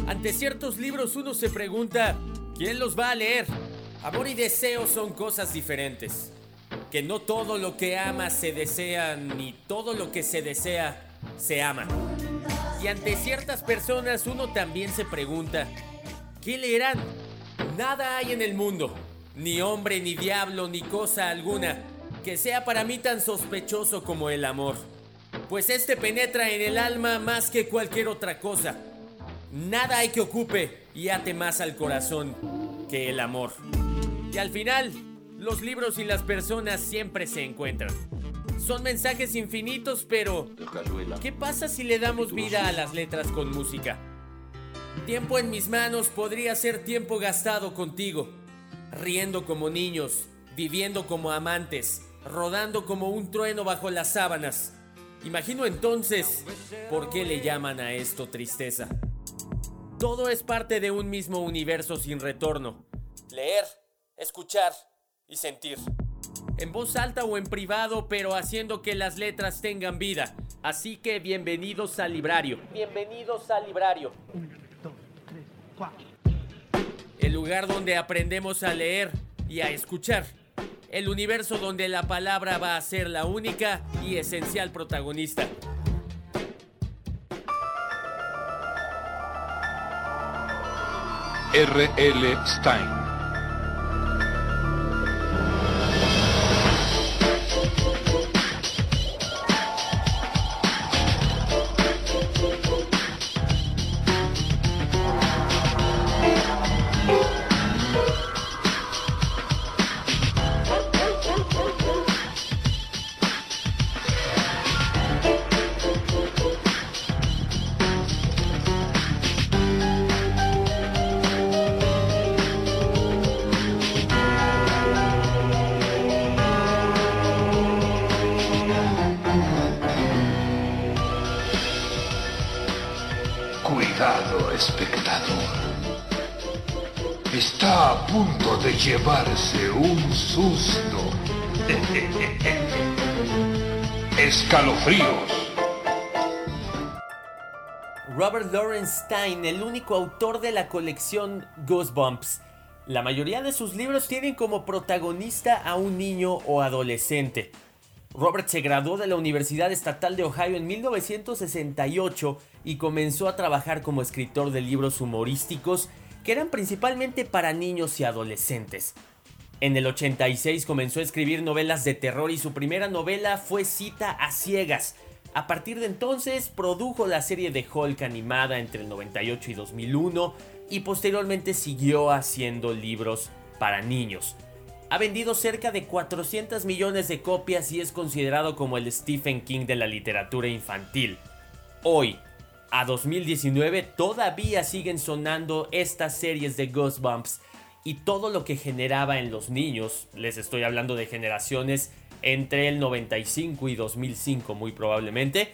Ante ciertos libros uno se pregunta, ¿quién los va a leer? Amor y deseo son cosas diferentes. Que no todo lo que ama se desea, ni todo lo que se desea se ama. Y ante ciertas personas uno también se pregunta, ¿qué leerán? Nada hay en el mundo, ni hombre, ni diablo, ni cosa alguna, que sea para mí tan sospechoso como el amor. Pues este penetra en el alma más que cualquier otra cosa. Nada hay que ocupe y ate más al corazón que el amor. Y al final, los libros y las personas siempre se encuentran. Son mensajes infinitos, pero ¿qué pasa si le damos vida a las letras con música? Tiempo en mis manos podría ser tiempo gastado contigo, riendo como niños, viviendo como amantes, rodando como un trueno bajo las sábanas. Imagino entonces por qué le llaman a esto tristeza. Todo es parte de un mismo universo sin retorno. Leer, escuchar y sentir. En voz alta o en privado, pero haciendo que las letras tengan vida. Así que bienvenidos al librario. Bienvenidos al librario. 1, 2, 3, 4. El lugar donde aprendemos a leer y a escuchar. El universo donde la palabra va a ser la única y esencial protagonista. R.L. Stine. Cuidado, espectador. Está a punto de llevarse un susto. Escalofríos. Robert Lawrence Stine, el único autor de la colección Goosebumps. La mayoría de sus libros tienen como protagonista a un niño o adolescente. Robert se graduó de la Universidad Estatal de Ohio en 1968 y comenzó a trabajar como escritor de libros humorísticos que eran principalmente para niños y adolescentes. En el 86 comenzó a escribir novelas de terror y su primera novela fue Cita a Ciegas. A partir de entonces produjo la serie de Hulk animada entre el 98 y 2001 y posteriormente siguió haciendo libros para niños. Ha vendido cerca de 400 millones de copias y es considerado como el Stephen King de la literatura infantil. Hoy, a 2019, todavía siguen sonando estas series de Goosebumps y todo lo que generaba en los niños, les estoy hablando de generaciones entre el 95 y 2005 muy probablemente,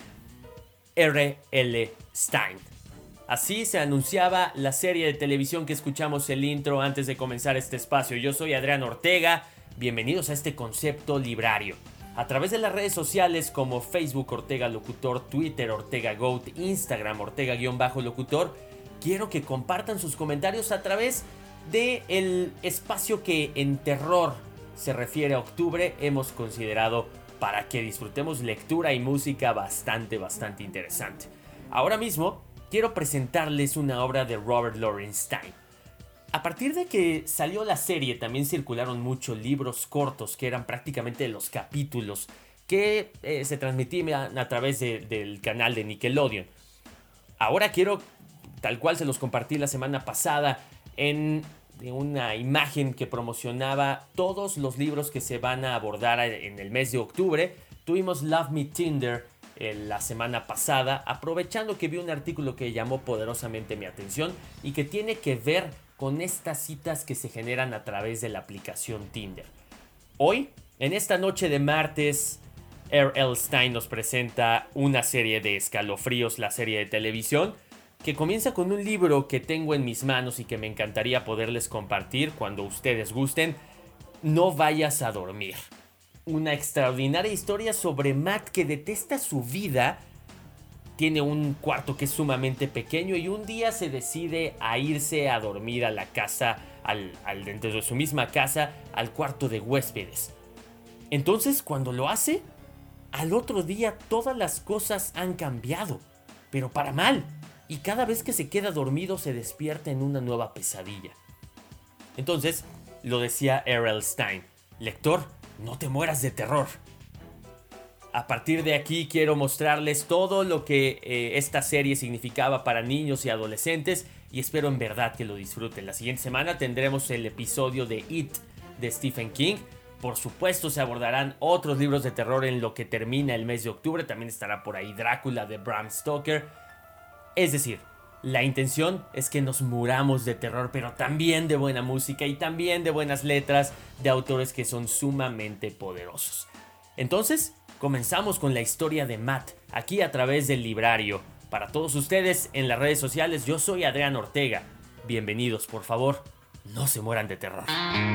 R.L. Stine. Así se anunciaba la serie de televisión que escuchamos el intro antes de comenzar este espacio. Yo soy Adrián Ortega, bienvenidos a este concepto librario. A través de las redes sociales como Facebook Ortega Locutor, Twitter Ortega Goat, Instagram Ortega-Locutor, quiero que compartan sus comentarios a través del espacio que en terror se refiere a octubre hemos considerado para que disfrutemos lectura y música bastante interesante. Ahora mismo quiero presentarles una obra de Robert Lawrence Stine. A partir de que salió la serie también circularon muchos libros cortos que eran prácticamente los capítulos que se transmitían a través del canal de Nickelodeon. Ahora quiero, tal cual se los compartí la semana pasada, en una imagen que promocionaba todos los libros que se van a abordar en el mes de octubre. Tuvimos Love Me Tinder la semana pasada, aprovechando que vi un artículo que llamó poderosamente mi atención y que tiene que ver con estas citas que se generan a través de la aplicación Tinder. Hoy, en esta noche de martes, R.L. Stine nos presenta una serie de escalofríos, la serie de televisión, que comienza con un libro que tengo en mis manos y que me encantaría poderles compartir cuando ustedes gusten. No vayas a dormir. Una extraordinaria historia sobre Matt que detesta su vida tiene un cuarto que es sumamente pequeño y un día se decide a irse a dormir a la casa, dentro de su misma casa, al cuarto de huéspedes. Entonces, cuando lo hace, al otro día todas las cosas han cambiado, pero para mal, y cada vez que se queda dormido se despierta en una nueva pesadilla. Entonces, lo decía R.L. Stine: lector, no te mueras de terror. A partir de aquí quiero mostrarles todo lo que esta serie significaba para niños y adolescentes y espero en verdad que lo disfruten. La siguiente semana tendremos el episodio de It de Stephen King. Por supuesto se abordarán otros libros de terror en lo que termina el mes de octubre. También estará por ahí Drácula de Bram Stoker. Es decir, la intención es que nos muramos de terror, pero también de buena música y también de buenas letras de autores que son sumamente poderosos. Entonces, comenzamos con la historia de Matt, aquí a través del Librario. Para todos ustedes en las redes sociales, yo soy Adrián Ortega. Bienvenidos, por favor, no se mueran de terror.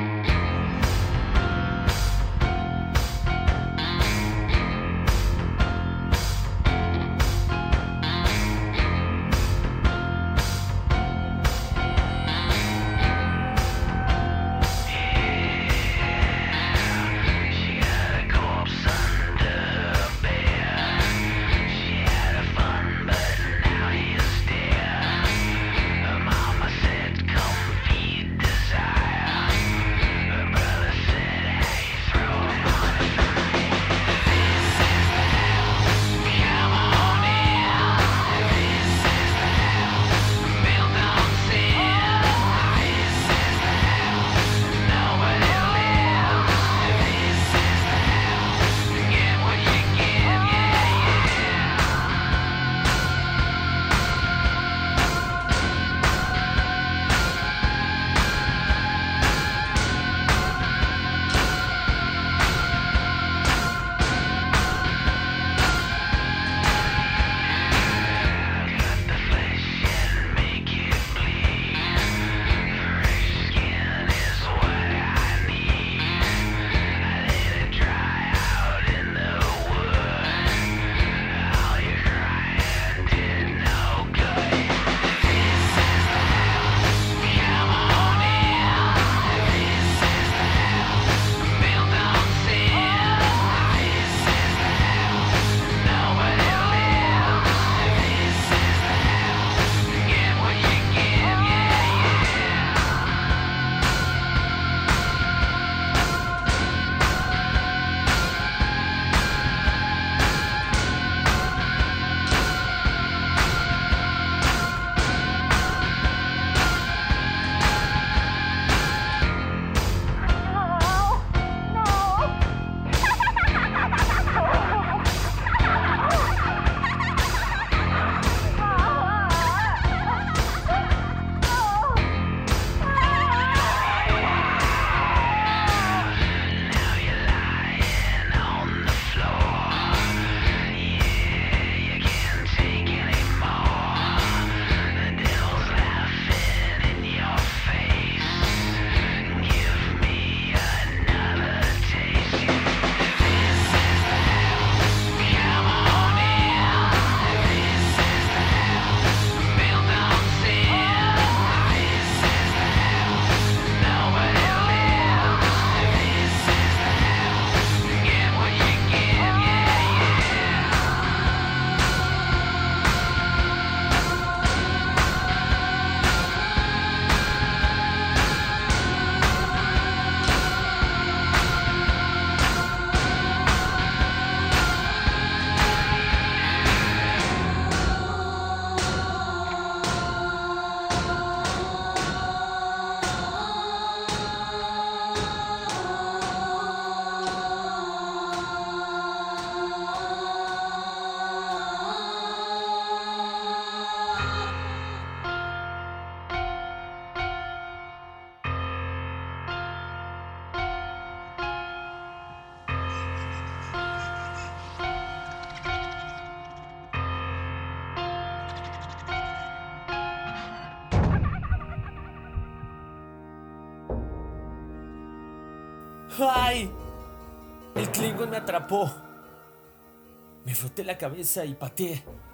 ¡Ay! El Klingon me atrapó. Me froté la cabeza y pateé.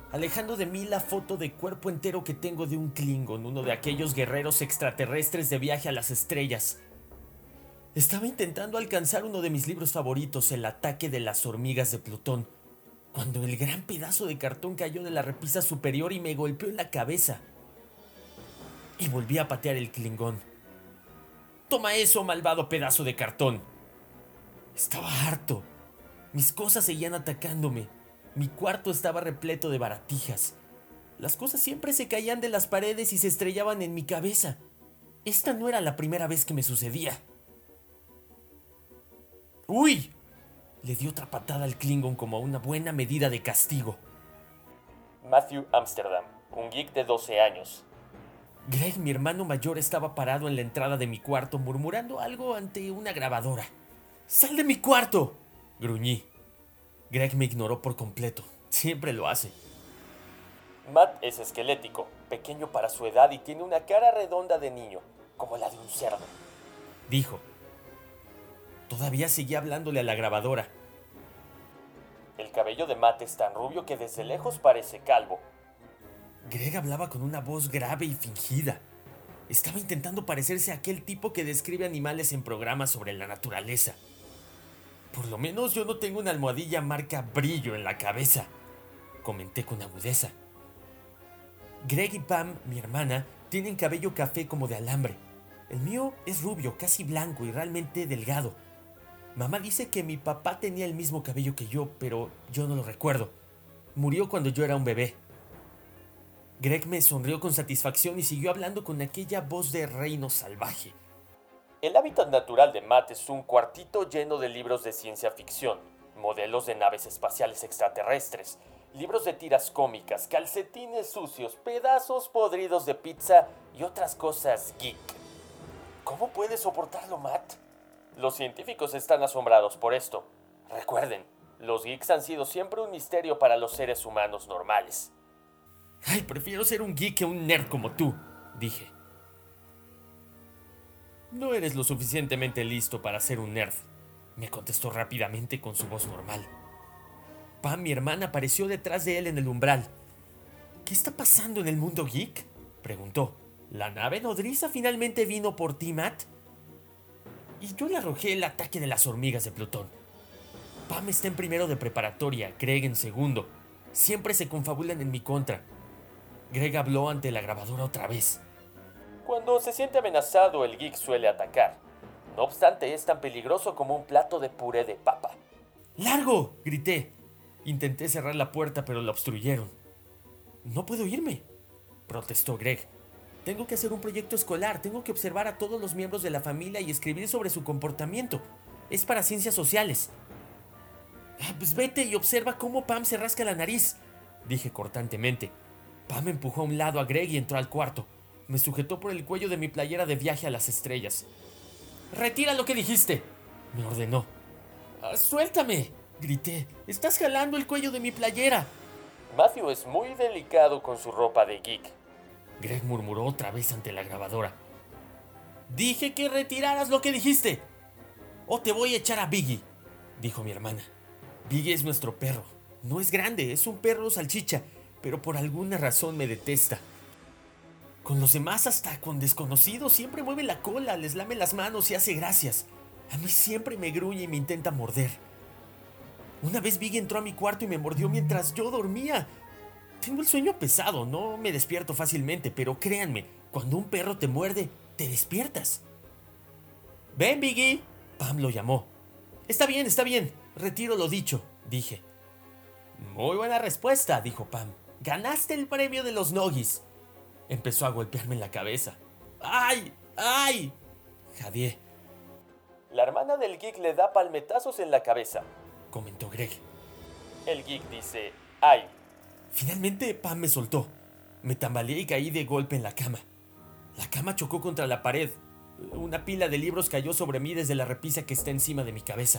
alejando de mí la foto de cuerpo entero que tengo de un Klingon, uno de aquellos guerreros extraterrestres de viaje a las estrellas. Estaba intentando alcanzar uno de mis libros favoritos, El ataque de las hormigas de Plutón, cuando el gran pedazo de cartón cayó de la repisa superior y me golpeó en la cabeza. Y volví a patear el Klingon. ¡Toma eso, malvado pedazo de cartón! Estaba harto. Mis cosas seguían atacándome. Mi cuarto estaba repleto de baratijas. Las cosas siempre se caían de las paredes y se estrellaban en mi cabeza. Esta no era la primera vez que me sucedía. ¡Uy! Le di otra patada al Klingon como una buena medida de castigo. Matthew Amsterdam, un geek de 12 años. Greg, mi hermano mayor, estaba parado en la entrada de mi cuarto murmurando algo ante una grabadora. ¡Sal de mi cuarto!, gruñí. Greg me ignoró por completo. Siempre lo hace. Matt es esquelético, pequeño para su edad y tiene una cara redonda de niño, como la de un cerdo, dijo. Todavía seguía hablándole a la grabadora. El cabello de Matt es tan rubio que desde lejos parece calvo. Greg hablaba con una voz grave y fingida. Estaba intentando parecerse a aquel tipo que describe animales en programas sobre la naturaleza. Por lo menos yo no tengo una almohadilla marca Brillo en la cabeza, comenté con agudeza. Greg y Pam, mi hermana, tienen cabello café como de alambre. El mío es rubio, casi blanco y realmente delgado. Mamá dice que mi papá tenía el mismo cabello que yo, pero yo no lo recuerdo. Murió cuando yo era un bebé. Greg me sonrió con satisfacción y siguió hablando con aquella voz de reino salvaje. El hábitat natural de Matt es un cuartito lleno de libros de ciencia ficción, modelos de naves espaciales extraterrestres, libros de tiras cómicas, calcetines sucios, pedazos podridos de pizza y otras cosas geek. ¿Cómo puede soportarlo, Matt? Los científicos están asombrados por esto. Recuerden, los geeks han sido siempre un misterio para los seres humanos normales. Ay, prefiero ser un geek que un nerd como tú, dije. No eres lo suficientemente listo para ser un nerd, me contestó rápidamente con su voz normal. Pam, mi hermana, apareció detrás de él en el umbral. ¿Qué está pasando en el mundo geek?, preguntó. ¿La nave nodriza finalmente vino por ti, Matt? Y yo le arrojé El ataque de las hormigas de Plutón. Pam está en primero de preparatoria, Greg en segundo. Siempre se confabulan en mi contra. Greg habló ante la grabadora otra vez. Cuando se siente amenazado, el geek suele atacar. No obstante, es tan peligroso como un plato de puré de papa. ¡Largo!, grité. Intenté cerrar la puerta, pero la obstruyeron. No puedo irme, protestó Greg. Tengo que hacer un proyecto escolar, tengo que observar a todos los miembros de la familia y escribir sobre su comportamiento. Es para ciencias sociales. Pues vete y observa cómo Pam se rasca la nariz, dije cortantemente. Pam empujó a un lado a Greg y entró al cuarto. Me sujetó por el cuello de mi playera de viaje a las estrellas. ¡Retira lo que dijiste!, me ordenó. ¡Suéltame!, grité. ¡Estás jalando el cuello de mi playera! Matthew es muy delicado con su ropa de geek. Greg murmuró otra vez ante la grabadora. Dije que retiraras lo que dijiste. O te voy a echar a Biggie, dijo mi hermana. Biggie es nuestro perro. No es grande, es un perro salchicha, pero por alguna razón me detesta. Con los demás, hasta con desconocidos, siempre mueve la cola, les lame las manos y hace gracias. A mí siempre me gruñe y me intenta morder. Una vez Biggie entró a mi cuarto y me mordió mientras yo dormía. Tengo el sueño pesado, no me despierto fácilmente, pero créanme, cuando un perro te muerde, te despiertas. «Ven, Biggie», Pam lo llamó. Está bien, retiro lo dicho», dije. «Muy buena respuesta», dijo Pam. «Ganaste el premio de los Noggies». Empezó a golpearme en la cabeza. ¡Ay! ¡Ay!, jadeé. La hermana del geek le da palmetazos en la cabeza, comentó Greg. El geek dice ¡ay! Finalmente Pam me soltó. Me tambaleé y caí de golpe en la cama. La cama chocó contra la pared. Una pila de libros cayó sobre mí desde la repisa que está encima de mi cabeza.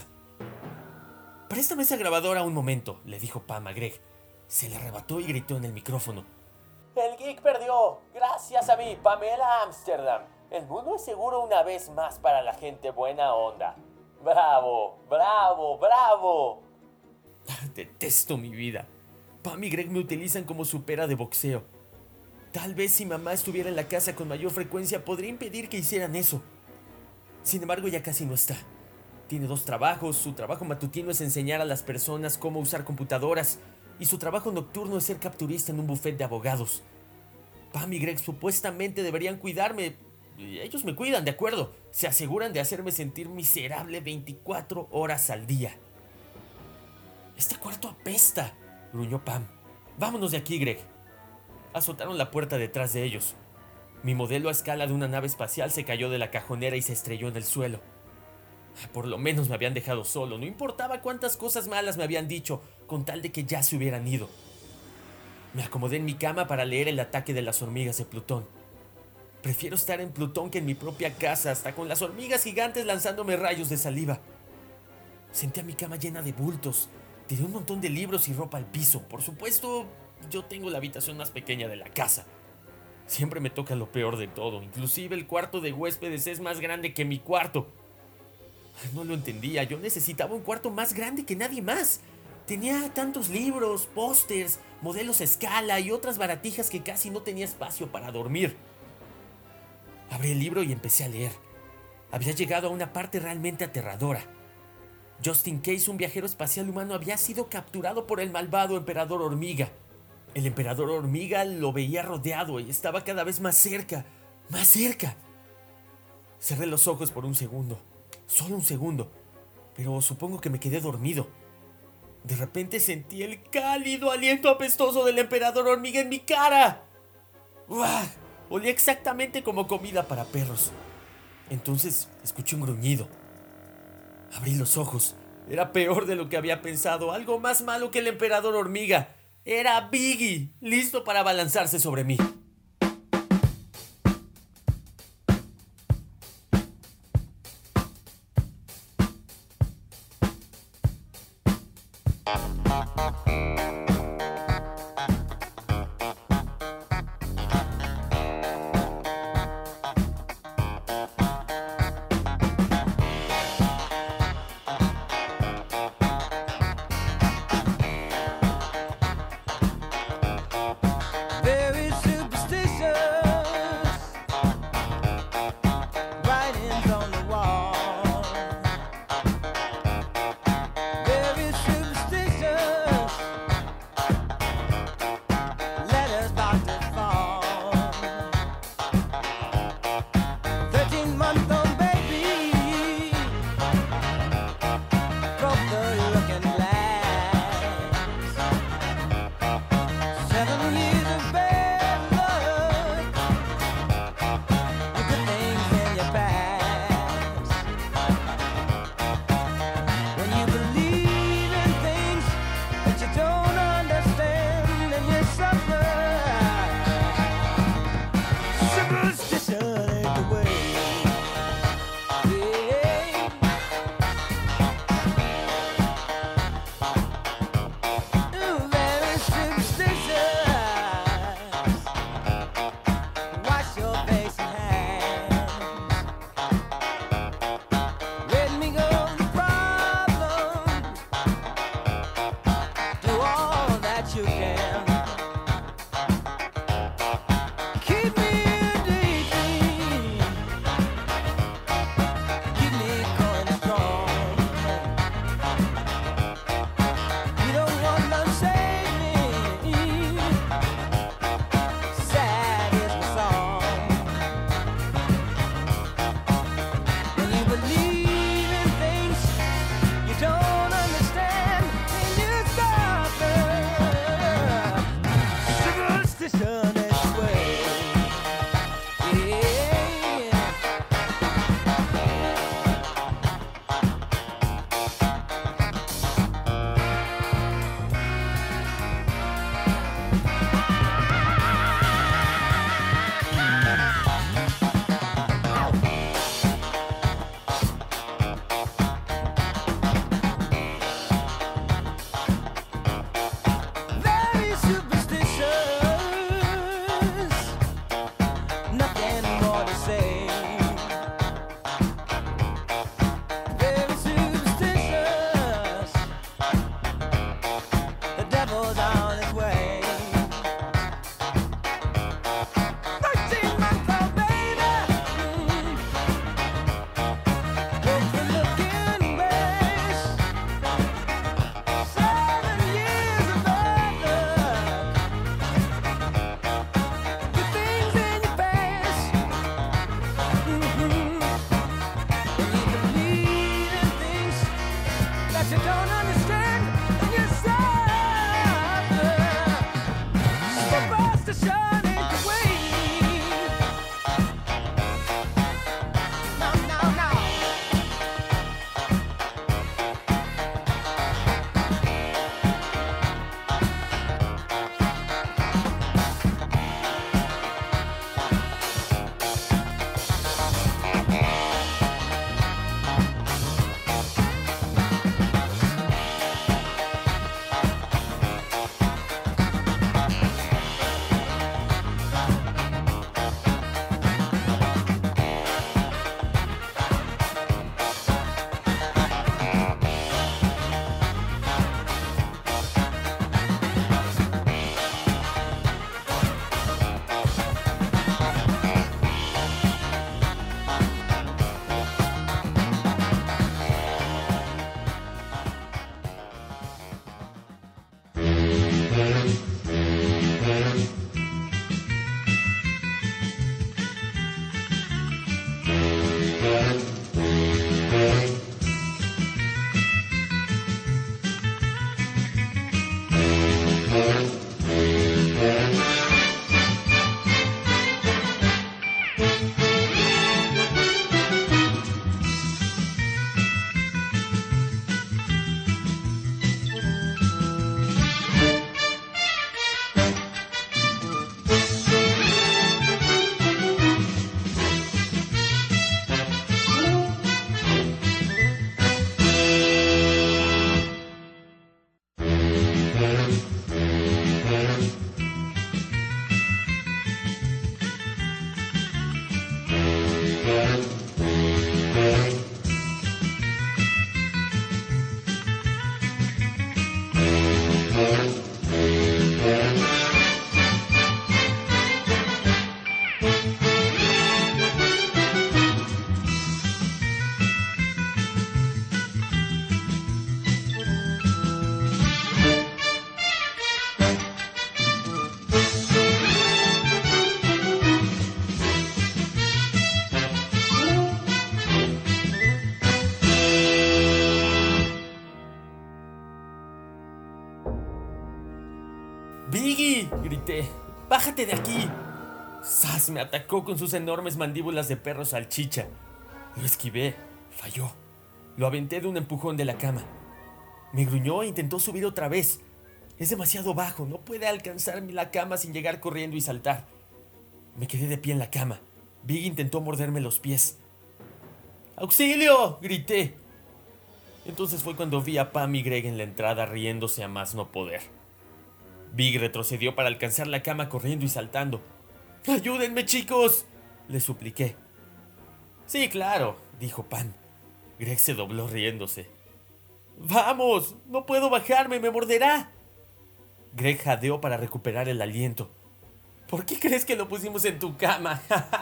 «Préstame esa grabadora un momento», le dijo Pam a Greg. Se la arrebató y gritó en el micrófono. «El geek perdió, gracias a mí, Pamela Amsterdam. El mundo es seguro una vez más para la gente buena onda. ¡Bravo, bravo, bravo!» Detesto mi vida. Pam y Greg me utilizan como su pera de boxeo. Tal vez si mamá estuviera en la casa con mayor frecuencia podría impedir que hicieran eso. Sin embargo, ya casi no está. Tiene 2 trabajos. Su trabajo matutino es enseñar a las personas cómo usar computadoras y su trabajo nocturno es ser capturista en un bufete de abogados. Pam y Greg supuestamente deberían cuidarme. Ellos me cuidan, de acuerdo. Se aseguran de hacerme sentir miserable 24 horas al día. Este cuarto apesta, gruñó Pam. Vámonos de aquí, Greg. Azotaron la puerta detrás de ellos. Mi modelo a escala de una nave espacial se cayó de la cajonera y se estrelló en el suelo. Por lo menos me habían dejado solo. No importaba cuántas cosas malas me habían dicho, con tal de que ya se hubieran ido. Me acomodé en mi cama para leer El ataque de las hormigas de Plutón. Prefiero estar en Plutón que en mi propia casa, hasta con las hormigas gigantes lanzándome rayos de saliva. Senté a mi cama llena de bultos. Tiré un montón de libros y ropa al piso. Por supuesto, yo tengo la habitación más pequeña de la casa. Siempre me toca lo peor de todo. Inclusive el cuarto de huéspedes es más grande que mi cuarto. No lo entendía. Yo necesitaba un cuarto más grande que nadie más. Tenía tantos libros, pósters, modelos a escala y otras baratijas que casi no tenía espacio para dormir. Abrí el libro y empecé a leer. Había llegado a una parte realmente aterradora. Justin Case, un viajero espacial humano, había sido capturado por el malvado emperador hormiga. El emperador hormiga lo veía rodeado y estaba cada vez más cerca, más cerca. Cerré los ojos por un segundo, solo un segundo, pero supongo que me quedé dormido. De repente sentí el cálido aliento apestoso del emperador hormiga en mi cara. ¡Uah! Olía exactamente como comida para perros. Entonces escuché un gruñido. Abrí los ojos. Era peor de lo que había pensado. Algo más malo que el emperador hormiga. Era Biggie, listo para abalanzarse sobre mí. Very superstitious, writings on the wall. Very superstitious, letters about to fall. 13-month-old baby broke the looking glass. 7 years of bad luck, you put things in your past. When you believe in things that you don't understand, and you suffer. Superstition ain't the way. Yeah. Ooh, very superstitious. Wash your face and hands. Let me go the problem. Do all that you can. Keep me in daydream. ¡Biggie!, grité. ¡Bájate de aquí! ¡Zas! Me atacó con sus enormes mandíbulas de perro salchicha. Lo esquivé. Falló. Lo aventé de un empujón de la cama. Me gruñó e intentó subir otra vez. Es demasiado bajo. No puede alcanzarme la cama sin llegar corriendo y saltar. Me quedé de pie en la cama. Biggie intentó morderme los pies. ¡Auxilio!, grité. Entonces fue cuando vi a Pam y Greg en la entrada riéndose a más no poder. Biggie retrocedió para alcanzar la cama corriendo y saltando. ¡Ayúdenme, chicos!, le supliqué. Sí, claro, dijo Pam. Greg se dobló riéndose. ¡Vamos! ¡No puedo bajarme! ¡Me morderá! Greg jadeó para recuperar el aliento. ¿Por qué crees que lo pusimos en tu cama?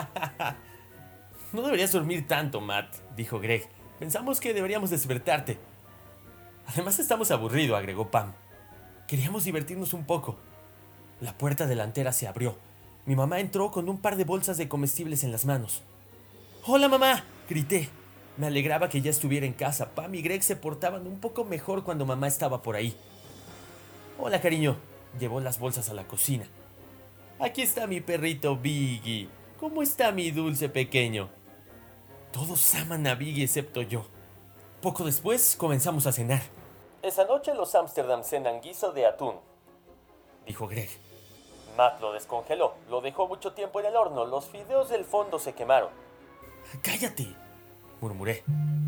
No deberías dormir tanto, Matt, dijo Greg. Pensamos que deberíamos despertarte. Además estamos aburridos, agregó Pam. Queríamos divertirnos un poco. La puerta delantera se abrió. Mi mamá entró con un par de bolsas de comestibles en las manos. ¡Hola, mamá!, grité. Me alegraba que ya estuviera en casa. Pam y Greg se portaban un poco mejor cuando mamá estaba por ahí. Hola, cariño. Llevó las bolsas a la cocina. Aquí está mi perrito Biggie. ¿Cómo está mi dulce pequeño? Todos aman a Biggie excepto yo. Poco después comenzamos a cenar. Esa noche los Amsterdam cenan guiso de atún, dijo Greg. Matt lo descongeló. Lo dejó mucho tiempo en el horno. Los fideos del fondo se quemaron. ¡Cállate!, murmuré.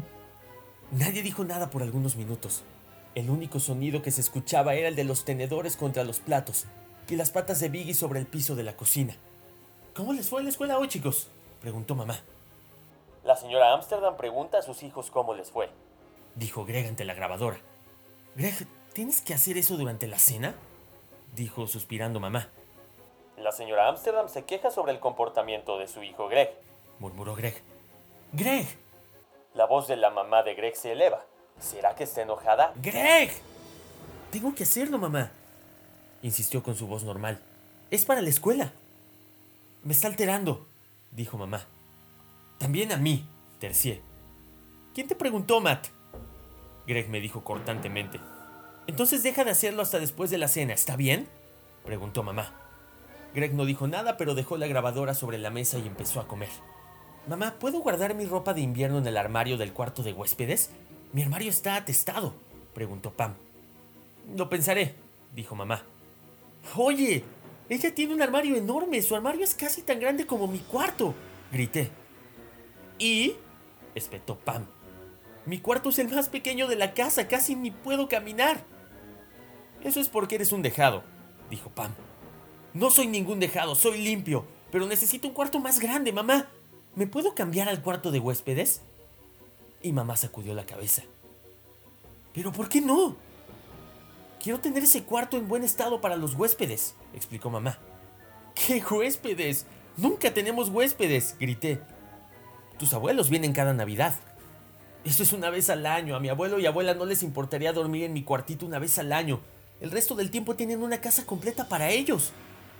Nadie dijo nada por algunos minutos. El único sonido que se escuchaba era el de los tenedores contra los platos y las patas de Biggie sobre el piso de la cocina. ¿Cómo les fue en la escuela hoy, chicos?, preguntó mamá. La señora Amsterdam pregunta a sus hijos cómo les fue, dijo Greg ante la grabadora. Greg, ¿tienes que hacer eso durante la cena?, dijo suspirando mamá. La señora Amsterdam se queja sobre el comportamiento de su hijo Greg, murmuró Greg. ¡Greg! La voz de la mamá de Greg se eleva. ¿Será que está enojada? ¡Greg! Tengo que hacerlo, mamá, insistió con su voz normal. Es para la escuela. Me está alterando, dijo mamá. También a mí, tercié. ¿Quién te preguntó, Matt?, Greg me dijo cortantemente. Entonces deja de hacerlo hasta después de la cena, ¿está bien?, preguntó mamá. Greg no dijo nada, pero dejó la grabadora sobre la mesa y empezó a comer. Mamá, ¿puedo guardar mi ropa de invierno en el armario del cuarto de huéspedes? Mi armario está atestado, preguntó Pam. Lo pensaré, dijo mamá. Oye, ella tiene un armario enorme. Su armario es casi tan grande como mi cuarto, grité. ¿Y?, espetó Pam. Mi cuarto es el más pequeño de la casa, casi ni puedo caminar. Eso es porque eres un dejado, dijo Pam. No soy ningún dejado, soy limpio, pero necesito un cuarto más grande, mamá. ¿Me puedo cambiar al cuarto de huéspedes? Y mamá sacudió la cabeza. ¿Pero por qué no? Quiero tener ese cuarto en buen estado para los huéspedes, explicó mamá. ¿Qué huéspedes? Nunca tenemos huéspedes, grité. Tus abuelos vienen cada Navidad. Eso es una vez al año. A mi abuelo y abuela no les importaría dormir en mi cuartito una vez al año. El resto del tiempo tienen una casa completa para ellos.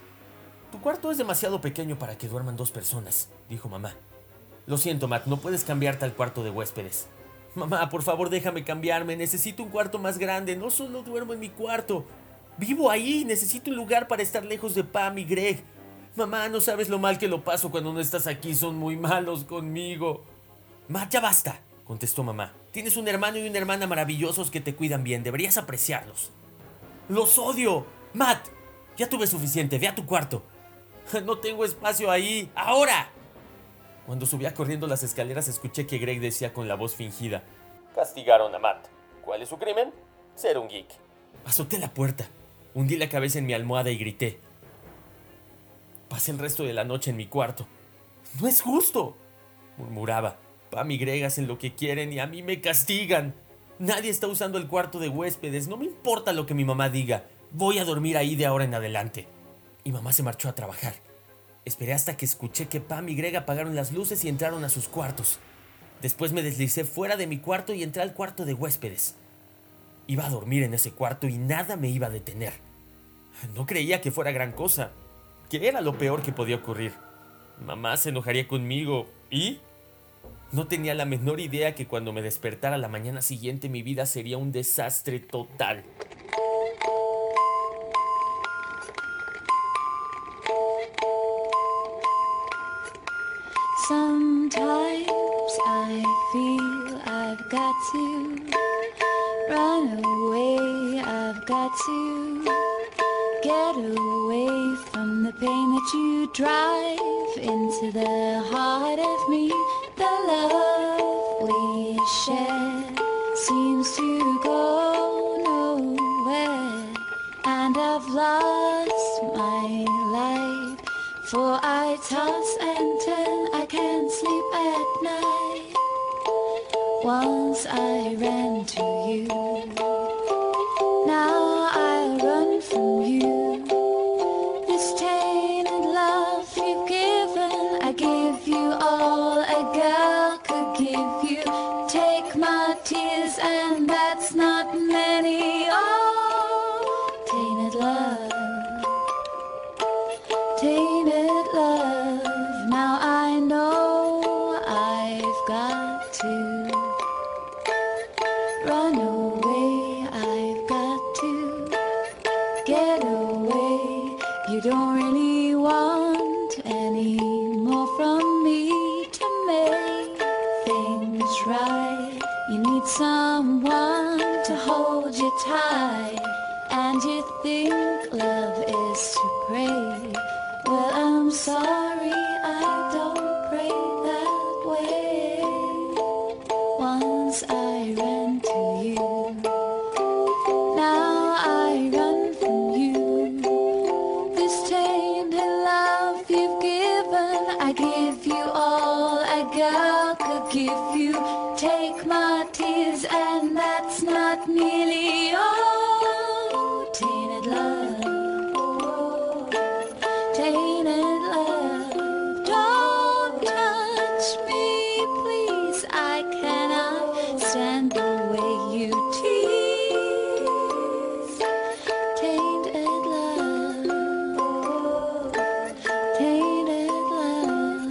Tu cuarto es demasiado pequeño para que duerman 2 personas, dijo mamá. Lo siento, Matt, no puedes cambiarte al cuarto de huéspedes. Mamá, por favor, déjame cambiarme. Necesito un cuarto más grande. No solo duermo en mi cuarto. Vivo ahí. Necesito un lugar para estar lejos de Pam y Greg. Mamá, no sabes lo mal que lo paso cuando no estás aquí. Son muy malos conmigo. Matt, ya basta, contestó mamá. Tienes un hermano y una hermana maravillosos que te cuidan bien. Deberías apreciarlos. ¡Los odio! Matt, ya tuve suficiente. Ve a tu cuarto. No tengo espacio ahí. ¡Ahora! Cuando subía corriendo las escaleras escuché que Greg decía con la voz fingida: castigaron a Matt. ¿Cuál es su crimen? Ser un geek. Azoté la puerta, hundí la cabeza en mi almohada y grité. Pasé el resto de la noche en mi cuarto. ¡No es justo!, murmuraba. Pam y Greg hacen lo que quieren y a mí me castigan. Nadie está usando el cuarto de huéspedes. No me importa lo que mi mamá diga. Voy a dormir ahí de ahora en adelante. Y mamá se marchó a trabajar. Esperé hasta que escuché que Pam y Greg apagaron las luces y entraron a sus cuartos. Después me deslicé fuera de mi cuarto y entré al cuarto de huéspedes. Iba a dormir en ese cuarto y nada me iba a detener. No creía que fuera gran cosa, que era lo peor que podía ocurrir. Mamá se enojaría conmigo y... no tenía la menor idea que cuando me despertara la mañana siguiente mi vida sería un desastre total. Sometimes I feel I've got to run away, I've got to get away from the pain that you drive into the heart of me. The love we share seems to go nowhere, and I've lost my life, for I toss and turn, I can't sleep at night. Once I ran to you, now I run from you. This tainted love you've given, I give you all a girl could give you. Take my tears and that's not many. Oh, tainted love, tainted love. Now I know I've got to run away, I've got to get away. You don't really want any more from me to make things right. You need someone to hold you tight, and you think love is to pray. Well, I'm sorry, I don't pray that way. Once I ran to you, now I run from you. This tainted love you've given, I give you all a girl could give you. Take my tears and that's not nearly all. Tainted love, tainted love. Don't touch me, please. I cannot stand the way you tease. Tainted love, tainted love.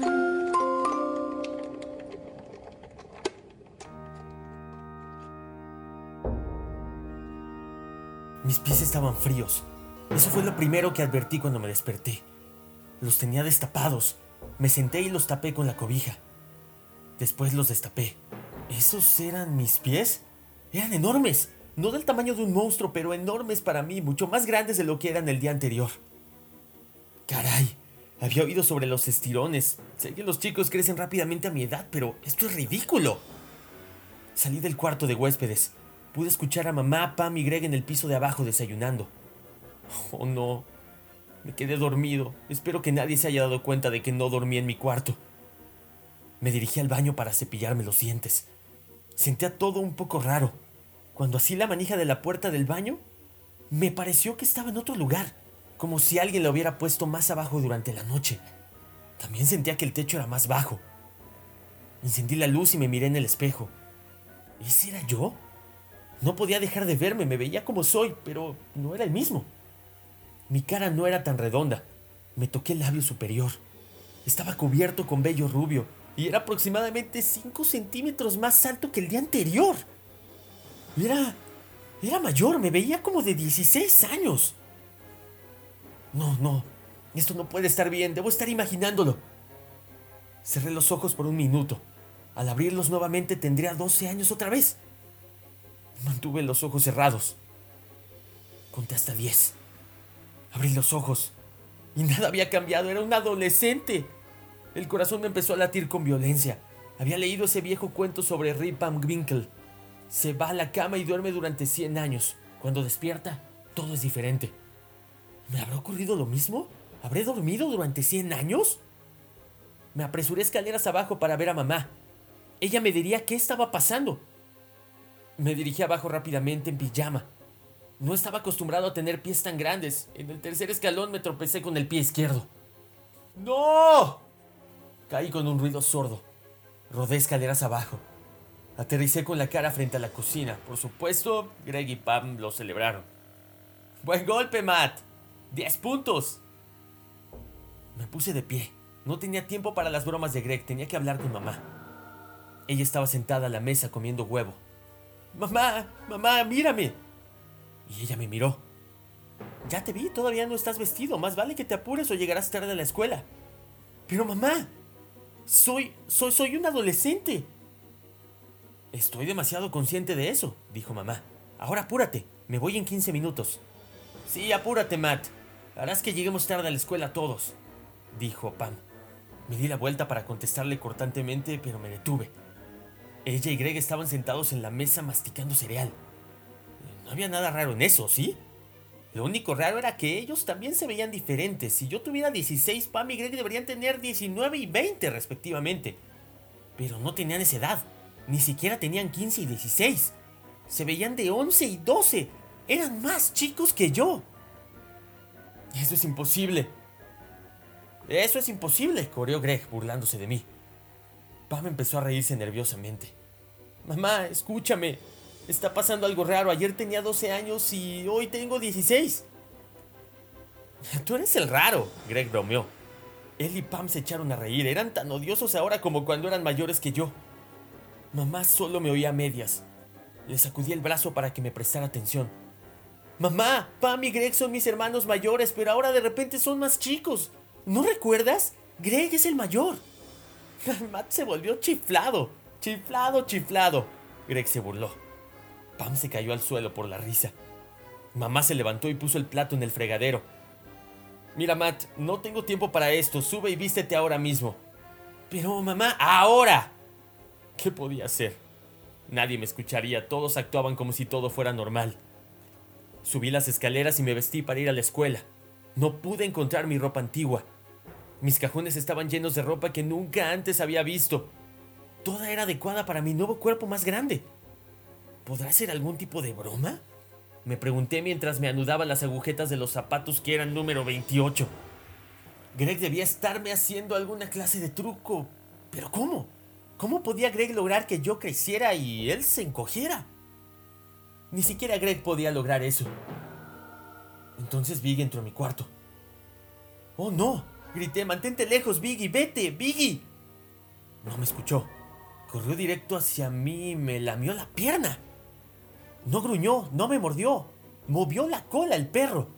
Mis pies estaban fríos. Eso fue lo primero que advertí cuando me desperté. Los tenía destapados. Me senté y los tapé con la cobija. Después los destapé. ¿Esos eran mis pies? Eran enormes. No del tamaño de un monstruo, pero enormes para mí, mucho más grandes de lo que eran el día anterior. Caray, había oído sobre los estirones. Sé que los chicos crecen rápidamente a mi edad, pero esto es ridículo. Salí del cuarto de huéspedes. Pude escuchar a mamá, Pam y Greg en el piso de abajo desayunando. Oh no, me quedé dormido. Espero que nadie se haya dado cuenta de que no dormí en mi cuarto. Me dirigí al baño para cepillarme los dientes. Sentía todo un poco raro. Cuando así la manija de la puerta del baño, me pareció que estaba en otro lugar, como si alguien la hubiera puesto más abajo durante la noche. También sentía que el techo era más bajo. Encendí la luz y me miré en el espejo. ¿Ese era yo? No podía dejar de verme, me veía como soy, pero no era el mismo. Mi cara no era tan redonda. Me toqué el labio superior. Estaba cubierto con vello rubio y era aproximadamente 5 centímetros más alto que el día anterior. Era mayor, me veía como de 16 años. No Esto no puede estar bien, debo estar imaginándolo. Cerré los ojos por un minuto. Al abrirlos nuevamente tendría 12 años otra vez. Mantuve los ojos cerrados. Conté hasta 10. Abrí los ojos y nada había cambiado, era un adolescente. El corazón me empezó a latir con violencia. Había leído ese viejo cuento sobre Rip Van Winkle. Se va a la cama y duerme durante 100 años. Cuando despierta, todo es diferente. ¿Me habrá ocurrido lo mismo? ¿Habré dormido durante 100 años? Me apresuré escaleras abajo para ver a mamá. Ella me diría qué estaba pasando. Me dirigí abajo rápidamente en pijama. No estaba acostumbrado a tener pies tan grandes. En el tercer escalón me tropecé con el pie izquierdo. ¡No! Caí con un ruido sordo. Rodé escaleras abajo. Aterricé con la cara frente a la cocina. Por supuesto, Greg y Pam lo celebraron. ¡Buen golpe, Matt! 10 puntos. Me puse de pie. No tenía tiempo para las bromas de Greg. Tenía que hablar con mamá. Ella estaba sentada a la mesa comiendo huevo. ¡Mamá! ¡Mamá, mírame! Y ella me miró. Ya te vi, todavía no estás vestido. Más vale que te apures o llegarás tarde a la escuela. Pero mamá, soy un adolescente. Estoy demasiado consciente de eso, dijo mamá. Ahora apúrate, me voy en 15 minutos. Sí, apúrate, Matt. Harás que lleguemos tarde a la escuela todos, dijo Pam. Me di la vuelta para contestarle cortantemente, pero me detuve. Ella y Greg estaban sentados en la mesa masticando cereal. No había nada raro en eso, ¿sí? Lo único raro era que ellos también se veían diferentes. Si yo tuviera 16, Pam y Greg deberían tener 19 y 20 respectivamente. Pero no tenían esa edad. Ni siquiera tenían 15 y 16. Se veían de 11 y 12. Eran más chicos que yo. Eso es imposible. Eso es imposible, coreó Greg, burlándose de mí. Pam empezó a reírse nerviosamente. Mamá, escúchame. Está pasando algo raro. Ayer tenía 12 años y hoy tengo 16. Tú eres el raro, Greg bromeó. Él y Pam se echaron a reír. Eran tan odiosos ahora como cuando eran mayores que yo. Mamá solo me oía a medias. Le sacudí el brazo para que me prestara atención. Mamá, Pam y Greg son mis hermanos mayores, pero ahora de repente son más chicos. ¿No recuerdas? Greg es el mayor. Matt se volvió chiflado. Chiflado. Greg se burló. Pam se cayó al suelo por la risa. Mamá se levantó y puso el plato en el fregadero. Mira, Matt, no tengo tiempo para esto. Sube y vístete ahora mismo. Pero, mamá, ¡ahora! ¿Qué podía hacer? Nadie me escucharía. Todos actuaban como si todo fuera normal. Subí las escaleras y me vestí para ir a la escuela. No pude encontrar mi ropa antigua. Mis cajones estaban llenos de ropa que nunca antes había visto. Toda era adecuada para mi nuevo cuerpo más grande. ¿Podrá ser algún tipo de broma? Me pregunté mientras me anudaban las agujetas de los zapatos que eran número 28. Greg debía estarme haciendo alguna clase de truco. ¿Pero cómo? ¿Cómo podía Greg lograr que yo creciera y él se encogiera? Ni siquiera Greg podía lograr eso. Entonces Biggie entró a mi cuarto. ¡Oh, no! Grité, mantente lejos, Biggie, vete, Biggie. No me escuchó. Corrió directo hacia mí y me lamió la pierna. No gruñó, no me mordió. Movió la cola el perro.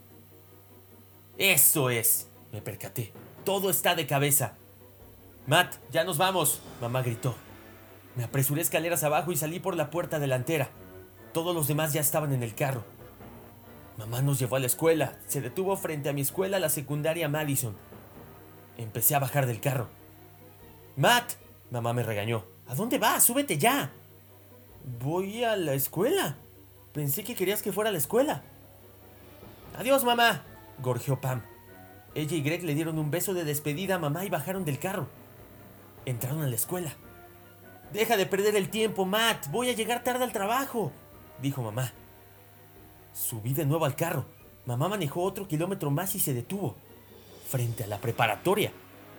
Eso es, me percaté. Todo está de cabeza. Matt, ya nos vamos, mamá gritó. Me apresuré escaleras abajo y salí por la puerta delantera. Todos los demás ya estaban en el carro. Mamá nos llevó a la escuela. Se detuvo frente a mi escuela, la secundaria Madison. Empecé a bajar del carro. Matt, mamá me regañó. ¿A dónde vas? Súbete ya. Voy a la escuela. Pensé que querías que fuera a la escuela. Adiós, mamá, gorjeó Pam. Ella y Greg le dieron un beso de despedida a mamá y bajaron del carro. Entraron a la escuela. Deja de perder el tiempo, Matt. Voy a llegar tarde al trabajo, dijo mamá. Subí de nuevo al carro. Mamá manejó otro kilómetro más y se detuvo, frente a la preparatoria.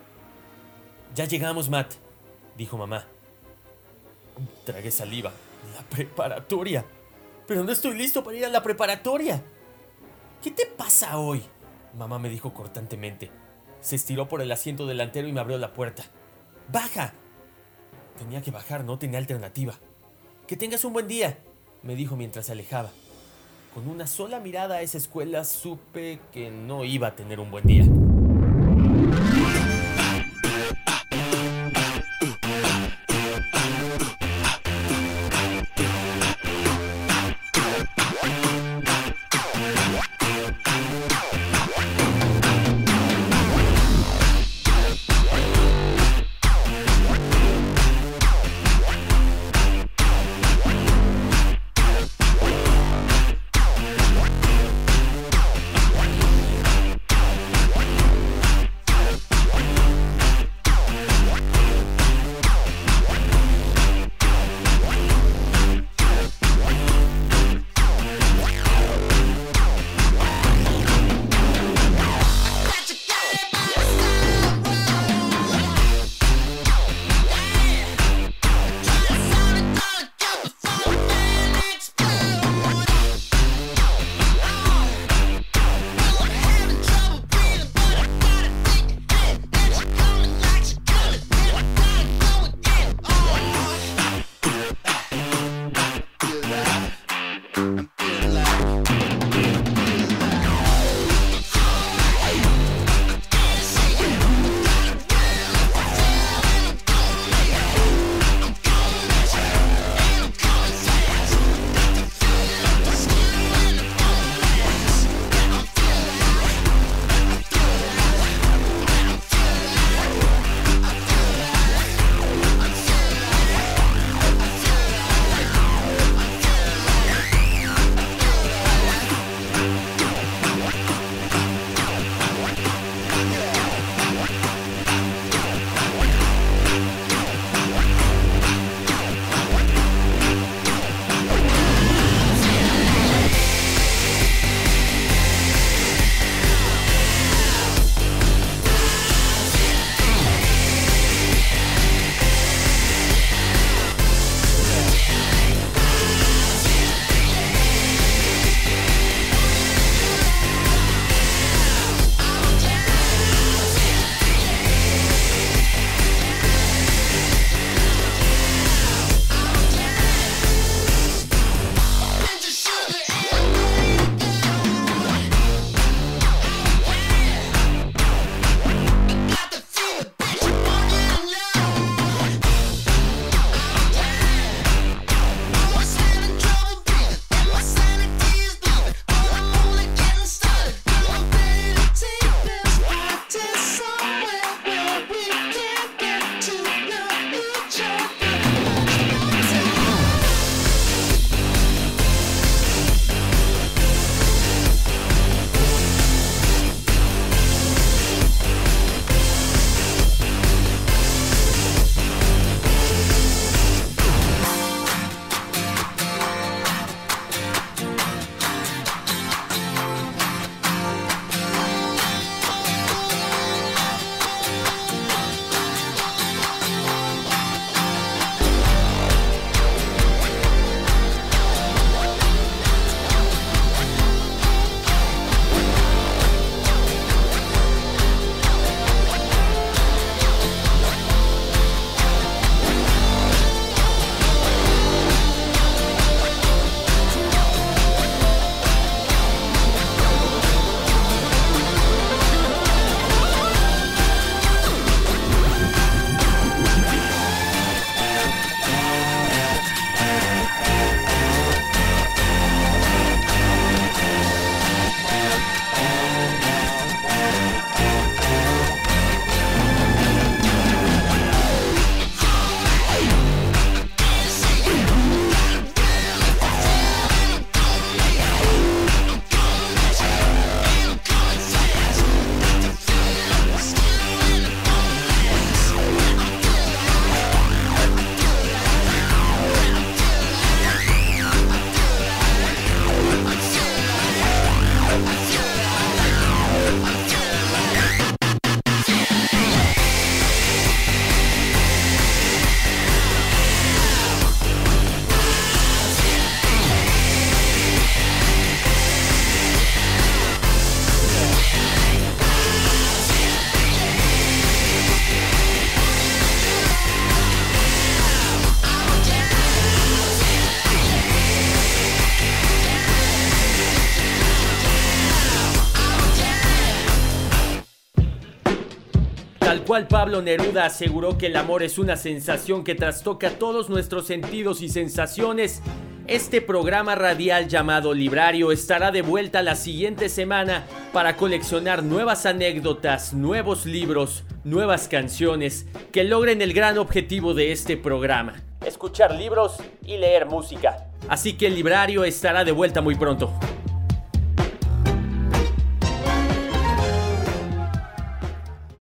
Ya llegamos, Matt, dijo mamá. Tragué saliva. La preparatoria. Pero no estoy listo para ir a la preparatoria. ¿Qué te pasa hoy? Mamá me dijo cortantemente. Se estiró por el asiento delantero y me abrió la puerta. ¡Baja! Tenía que bajar, no tenía alternativa. Que tengas un buen día, me dijo mientras se alejaba. Con una sola mirada a esa escuela supe que no iba a tener un buen día. cual Pablo Neruda aseguró que el amor es una sensación que trastoca todos nuestros sentidos y sensaciones, este programa radial llamado Librario estará de vuelta la siguiente semana para coleccionar nuevas anécdotas, nuevos libros, nuevas canciones que logren el gran objetivo de este programa: escuchar libros y leer música. Así que el Librario estará de vuelta muy pronto.